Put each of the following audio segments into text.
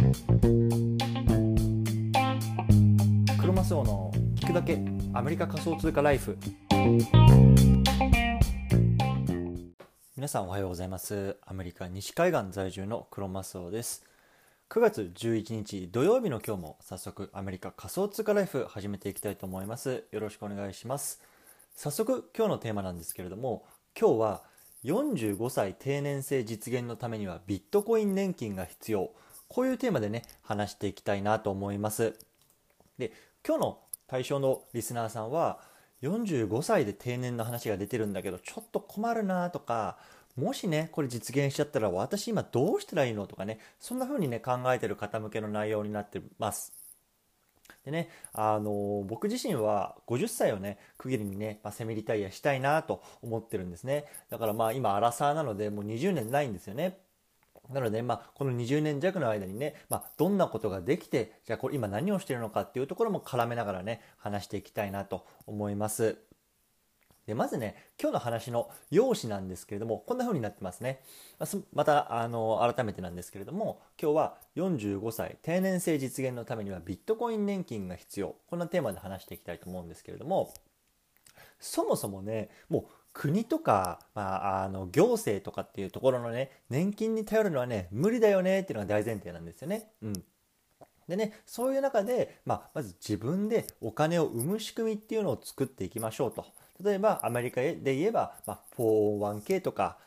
クロマスオの聞くだけアメリカ仮想通貨ライフ。皆さんおはようございます。アメリカ西海岸在住のクロマスオです。9月11日土曜日の今日も早速アメリカ仮想通貨ライフ始めていきたいと思います。よろしくお願いします。早速今日のテーマなんですけれども、今日は45歳定年制実現のためにはビットコイン年金が必要、こういうテーマでね話していきたいなと思います。で、今日の対象のリスナーさんは45歳で定年の話が出てるんだけどちょっと困るなとか、もしねこれ実現しちゃったら私今どうしたらいいのとかね、そんな風にね考えてる方向けの内容になってます。でね、僕自身は50歳をね区切りにね、セミリタイアしたいなと思ってるんですね。だから今アラサーなのでもう20年ないんですよね。なので、この20年弱の間にね、どんなことができて、じゃあこれ今何をしているのかっていうところも絡めながらね、話していきたいなと思います。で、まずね、今日の話の要旨なんですけれども、こんな風になってますね。また、改めてなんですけれども、今日は45歳定年制実現のためにはビットコイン年金が必要。こんなテーマで話していきたいと思うんですけれども、そもそもね、もう国とか、行政とかっていうところのね、年金に頼るのはね、無理だよねっていうのが大前提なんですよね。でね、そういう中で、まず自分でお金を生む仕組みっていうのを作っていきましょうと。例えばアメリカで言えば、401k とか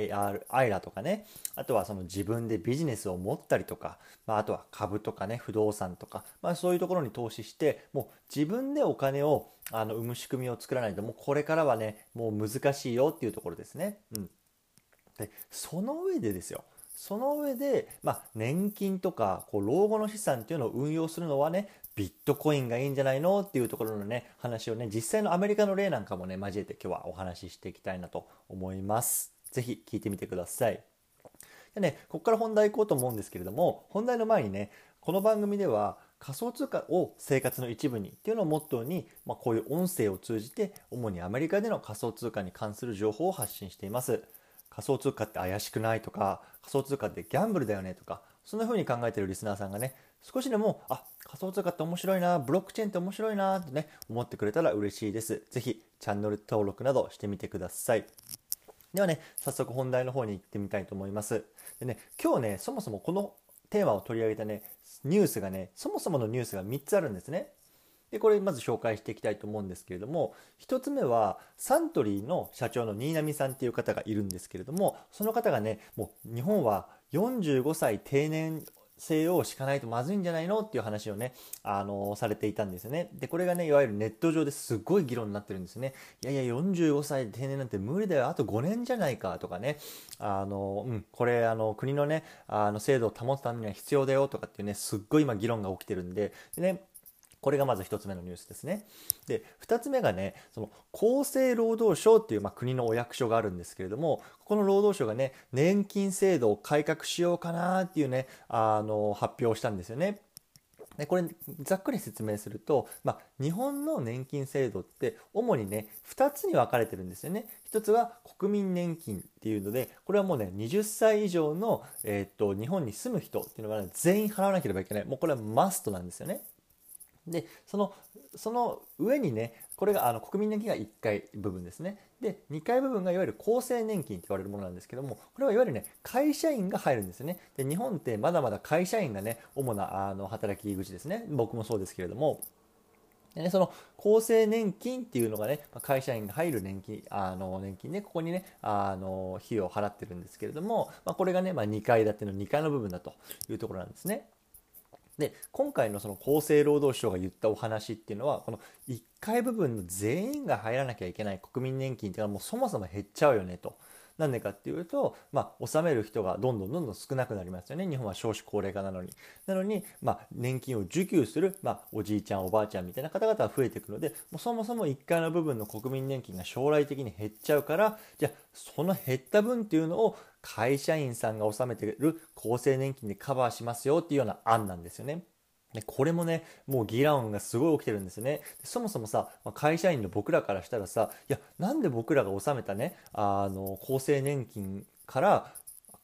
IRA とかね、あとはその自分でビジネスを持ったりとか、あとは株とかね、不動産とか、そういうところに投資して、もう自分でお金を生む仕組みを作らないと、もうこれからはね、もう難しいよっていうところですね。で、その上で、年金とか老後の資産っていうのを運用するのはね、ビットコインがいいんじゃないのっていうところのね、話をね、実際のアメリカの例なんかもね、交えて今日はお話ししていきたいなと思います。ぜひ聞いてみてください。でね、ここから本題行こうと思うんですけれども、本題の前にね、この番組では仮想通貨を生活の一部にっていうのをモットーに、こういう音声を通じて主にアメリカでの仮想通貨に関する情報を発信しています。仮想通貨って怪しくないとか、仮想通貨ってギャンブルだよねとか、そんな風に考えているリスナーさんがね、少しでも仮想通貨って面白いな、ブロックチェーンって面白いなってね思ってくれたら嬉しいです。ぜひチャンネル登録などしてみてください。ではね、早速本題の方に行ってみたいと思います。でね、今日ね、そもそもこのテーマを取り上げたね、ニュースがね、そもそものニュースが3つあるんですね。で、これまず紹介していきたいと思うんですけれども、1つ目はサントリーの社長の新浪さんっていう方がいるんですけれども、その方がね、もう日本は45歳定年制を敷かないとまずいんじゃないのっていう話をね、されていたんですよね。で、これがね、いわゆるネット上ですごい議論になってるんですね。いやいや、45歳で定年なんて無理だよ。あと5年じゃないかとかね。これ、国のね、制度を保つためには必要だよとかっていうね、すっごい今議論が起きてるんで、ね、これがまず一つ目のニュースですね。で、二つ目がね、その厚生労働省っていう、国のお役所があるんですけれども、この労働省がね、年金制度を改革しようかなっていうね、発表をしたんですよね。で、これざっくり説明すると、日本の年金制度って主にね2つに分かれてるんですよね。一つは国民年金っていうので、これはもうね20歳以上の、日本に住む人っていうのは、全員払わなければいけない、もうこれはマストなんですよね。で、その上にね、これが国民年金が1回部分ですね。で、2回部分がいわゆる厚生年金と言われるものなんですけども、これはいわゆるね、会社員が入るんですよね。で、日本ってまだまだ会社員がね、主な働き口ですね。僕もそうですけれども、でね、その厚生年金っていうのがね、会社員が入る年金ね、ここにね、費用を払ってるんですけれども、これがね、2階建ての2階の部分だというところなんですね。で、今回のその厚生労働省が言ったお話っていうのは、この1階部分の全員が入らなきゃいけない国民年金っていうのはもうそもそも減っちゃうよねと。なんでかっていうと、納める人がどんどん少なくなりますよね。日本は少子高齢化なのに。年金を受給する、おじいちゃん、おばあちゃんみたいな方々が増えていくので、もうそもそも1階の部分の国民年金が将来的に減っちゃうから、じゃあ、その減った分っていうのを会社員さんが納めている厚生年金でカバーしますよっていうような案なんですよね。で、これもね、もう議論がすごい起きてるんですよね。そもそもさ、会社員の僕らからしたらさ、いや、なんで僕らが納めたね、厚生年金から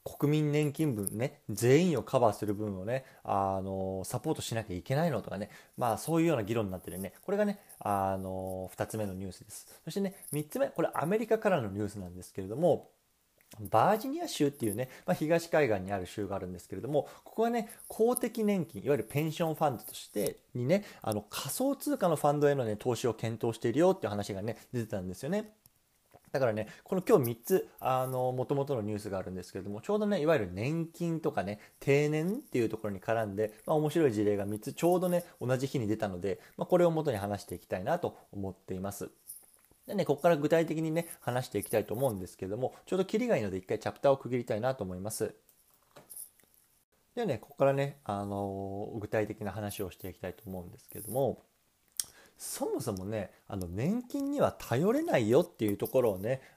国民年金分ね、全員をカバーする分をね、サポートしなきゃいけないのとかね、そういうような議論になってるね、これがね、2つ目のニュースです。そしてね、3つ目、これアメリカからのニュースなんですけれども、バージニア州っていうね、東海岸にある州があるんですけれども、ここはね、公的年金、いわゆるペンションファンドとしてにね、仮想通貨のファンドへのね、投資を検討しているよっていう話がね、出てたんですよね。だからね、この今日3つ、元々のニュースがあるんですけれども、ちょうどね、いわゆる年金とかね、定年っていうところに絡んで、面白い事例が3つちょうどね、同じ日に出たので、これを元に話していきたいなと思っています。でね、ここから具体的にね、話していきたいと思うんですけれども、ちょうどキリがいいので一回チャプターを区切りたいなと思います。ではね、ここからね、具体的な話をしていきたいと思うんですけれども、そもそもね、年金には頼れないよっていうところをね、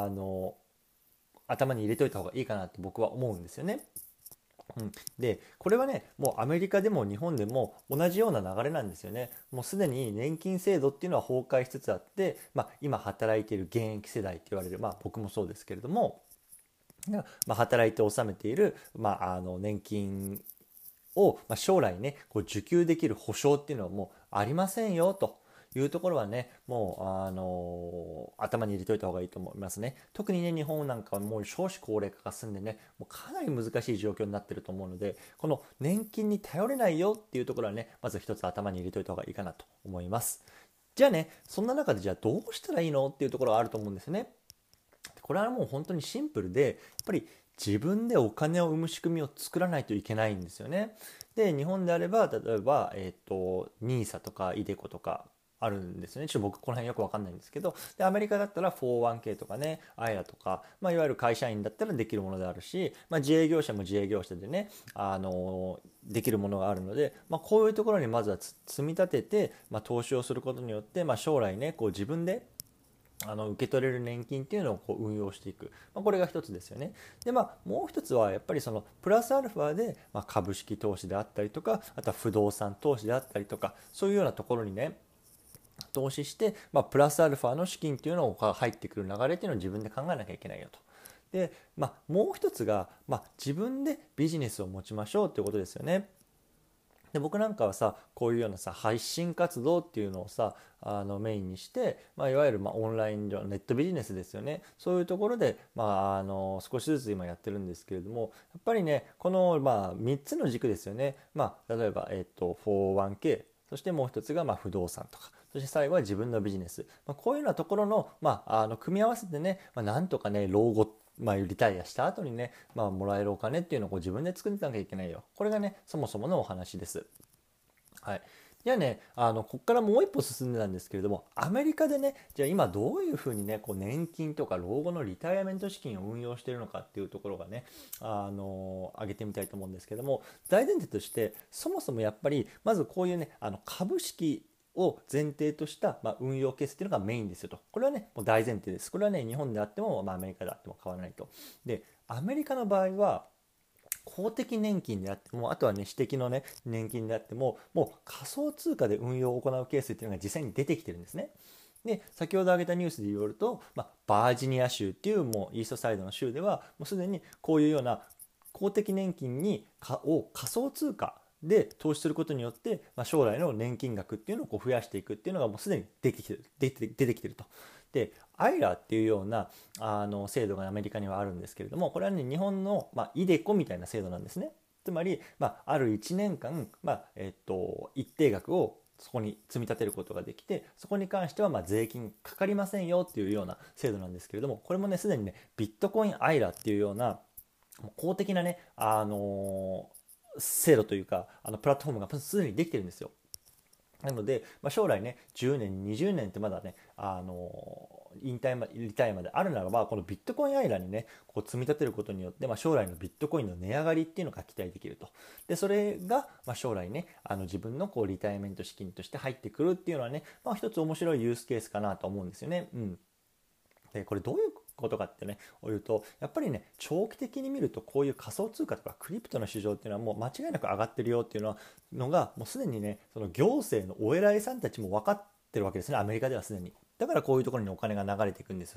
頭に入れておいた方がいいかなって僕は思うんですよね。でこれはね、もうアメリカでも日本でも同じような流れなんですよね。もうすでに年金制度っていうのは崩壊しつつあって、今働いている現役世代って言われる、僕もそうですけれども、働いて納めている、年金を、将来ねこう受給できる保証っていうのはもうありませんよというところはね、もう頭に入れておいた方がいいと思いますね。特にね、日本なんかはもう少子高齢化が進んでね、もうかなり難しい状況になってると思うので、この年金に頼れないよっていうところはね、まず一つ頭に入れておいた方がいいかなと思います。じゃあね、そんな中でじゃあどうしたらいいのっていうところがあると思うんですね。これはもう本当にシンプルで、やっぱり自分でお金を生む仕組みを作らないといけないんですよね。で、日本であれば、例えば、NISA とか iDeCo とかあるんですよね。ちょっと僕この辺よくわかんないんですけど、で、アメリカだったら 401k とかね、IRA とか、いわゆる会社員だったらできるものであるし、自営業者も自営業者でね、できるものがあるので、こういうところにまずは積み立てて、投資をすることによって、将来ね、こう自分で受け取れる年金っていうのをこう運用していく、これが一つですよね。でもう一つはやっぱりそのプラスアルファで、株式投資であったりとか、あとは不動産投資であったりとか、そういうようなところにね投資して、プラスアルファの資金っていうのが入ってくる流れっていうのを自分で考えなきゃいけないよと。で、もう一つが、自分でビジネスを持ちましょうっていうことですよね。で僕なんかはさ、こういうようなさ配信活動っていうのをさメインにして、いわゆるオンライン上ネットビジネスですよね、そういうところで、少しずつ今やってるんですけれども、やっぱりねこの、3つの軸ですよね。例えば、401k、 そしてもう一つが不動産とか、そして最後は自分のビジネス、こういうようなところの、組み合わせてね、なんとかね老後リタイアした後にね、もらえるお金っていうのをこう自分で作ってなきゃいけないよ。これがね、そもそものお話です。はい。じゃあね、ここからもう一歩進んでたんですけれども、アメリカでね、じゃあ今どういうふうにね、こう年金とか老後のリタイアメント資金を運用しているのかっていうところがね、挙げてみたいと思うんですけども、大前提として、そもそもやっぱり、まずこういうね、株式を前提とした、運用ケースっていうのがメインですよと。これはね、もう大前提です。これはね、日本であっても、アメリカであっても変わらないと。で、アメリカの場合は、公的年金であっても、あとはね、私的のね、年金であっても、もう仮想通貨で運用を行うケースっていうのが実際に出てきてるんですね。で、先ほど挙げたニュースで言うと、バージニア州っていうもうイーストサイドの州では、もうすでにこういうような公的年金を仮想通貨で投資することによって、将来の年金額っていうのをこう増やしていくっていうのがもうすでに出てきてると。で、アイラっていうような制度がアメリカにはあるんですけれども、これはね日本の、イデコみたいな制度なんですね。つまり、ある1年間、一定額をそこに積み立てることができて、そこに関しては税金かかりませんよっていうような制度なんですけれども、これもねすでにねビットコインアイラっていうような公的なね、制度というかプラットフォームがすでにできてるんですよ。なので、将来ね10年20年ってまだね、リタイアまであるならば、このビットコインアイラにねこう積み立てることによって、将来のビットコインの値上がりっていうのが期待できると。でそれが、将来ね自分のこうリタイアメント資金として入ってくるっていうのはね、一つ面白いユースケースかなと思うんですよね。でこれどういうことかってね言うと、やっぱりね長期的に見ると、こういう仮想通貨とかクリプトの市場っていうのはもう間違いなく上がってるよっていうのがもうすでにね、その行政のお偉いさんたちも分かってるわけですね、アメリカではすでに。だからこういうところにお金が流れていくんです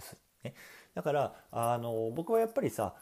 ね。だから僕はやっぱりさ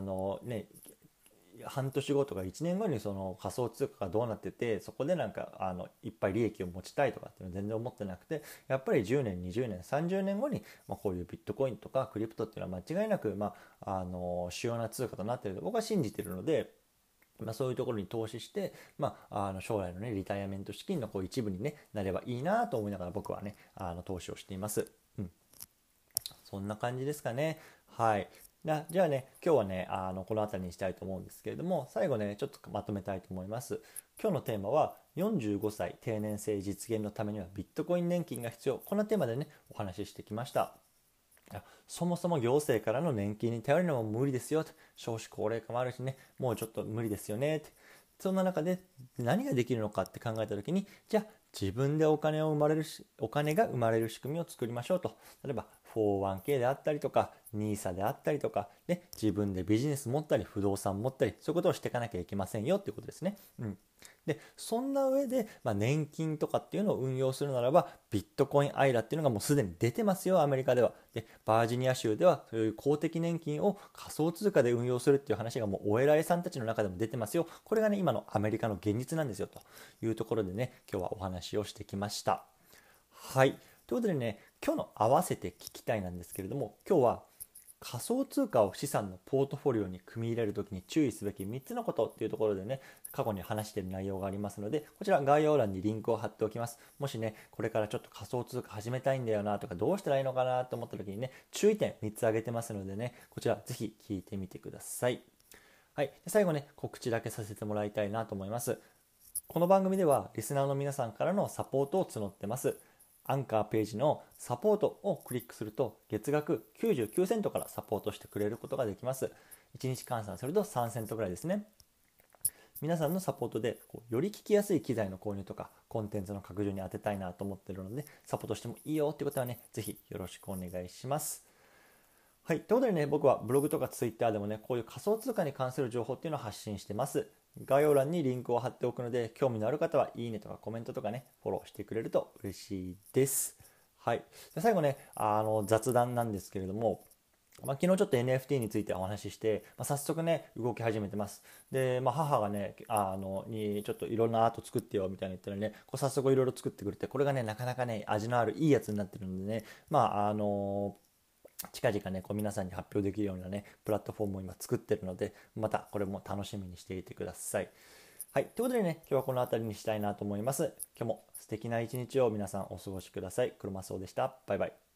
半年後とか1年後にその仮想通貨がどうなってて、そこでなんかいっぱい利益を持ちたいとかっていうのは全然思ってなくて、やっぱり10年20年30年後に、こういうビットコインとかクリプトっていうのは間違いなく、主要な通貨となっていると僕は信じているので、そういうところに投資して、将来のねリタイアメント資金の一部に、なればいいなと思いながら僕はね投資をしています。そんな感じですかね。はい。じゃあね、今日はね、この辺りにしたいと思うんですけれども、最後ね、ちょっとまとめたいと思います。今日のテーマは、45歳定年制実現のためにはビットコイン年金が必要。こんなテーマでね、お話ししてきました。そもそも行政からの年金に頼るのも無理ですよと。少子高齢化もあるしね、もうちょっと無理ですよねって。そんな中で何ができるのかって考えた時に、じゃあ自分でお金が生まれる仕組みを作りましょうと。例えば 401k であったりとか NISA であったりとかで、自分でビジネス持ったり不動産持ったり、そういうことをしていかなきゃいけませんよっていうことですね。でそんな上で、年金とかっていうのを運用するならば、ビットコインアイラっていうのがもうすでに出てますよ、アメリカでは。でバージニア州ではそういう公的年金を仮想通貨で運用するっていう話がもうお偉いさんたちの中でも出てますよ。これがね今のアメリカの現実なんですよというところでね、今日はお話をしてきました。はい、ということでね、今日の合わせて聞きたいなんですけれども、今日は仮想通貨を資産のポートフォリオに組み入れるときに注意すべき3つのことっていうところでね、過去に話している内容がありますので、こちら概要欄にリンクを貼っておきます。もしね、これからちょっと仮想通貨始めたいんだよなとか、どうしたらいいのかなと思ったときにね、注意点3つ挙げてますのでね、こちらぜひ聞いてみてください。はい、最後ね、告知だけさせてもらいたいなと思います。この番組ではリスナーの皆さんからのサポートを募ってます。アンカーページのサポートをクリックすると月額99セントからサポートしてくれることができます。1日換算すると3セントぐらいですね。皆さんのサポートでより聞きやすい機材の購入とかコンテンツの拡充に当てたいなと思っているので、サポートしてもいいよっていうことはね、ぜひよろしくお願いします。はい、ということでね、僕はブログとかツイッターでもね、こういう仮想通貨に関する情報っていうのを発信してます。概要欄にリンクを貼っておくので、興味のある方はいいねとかコメントとかね、フォローしてくれると嬉しいです。はい。最後ね、雑談なんですけれども、昨日ちょっと NFT についてお話しして、早速ね、動き始めてます。で、母がね、にちょっといろんなアート作ってよみたいな言ったらね、早速いろいろ作ってくれて、これがね、なかなかね、味のあるいいやつになってるのでね、近々ね、皆さんに発表できるようなね、プラットフォームを今作ってるので、またこれも楽しみにしていてください。はい。ということでね、今日はこの辺りにしたいなと思います。今日も素敵な一日を皆さんお過ごしください。黒マスオでした。バイバイ。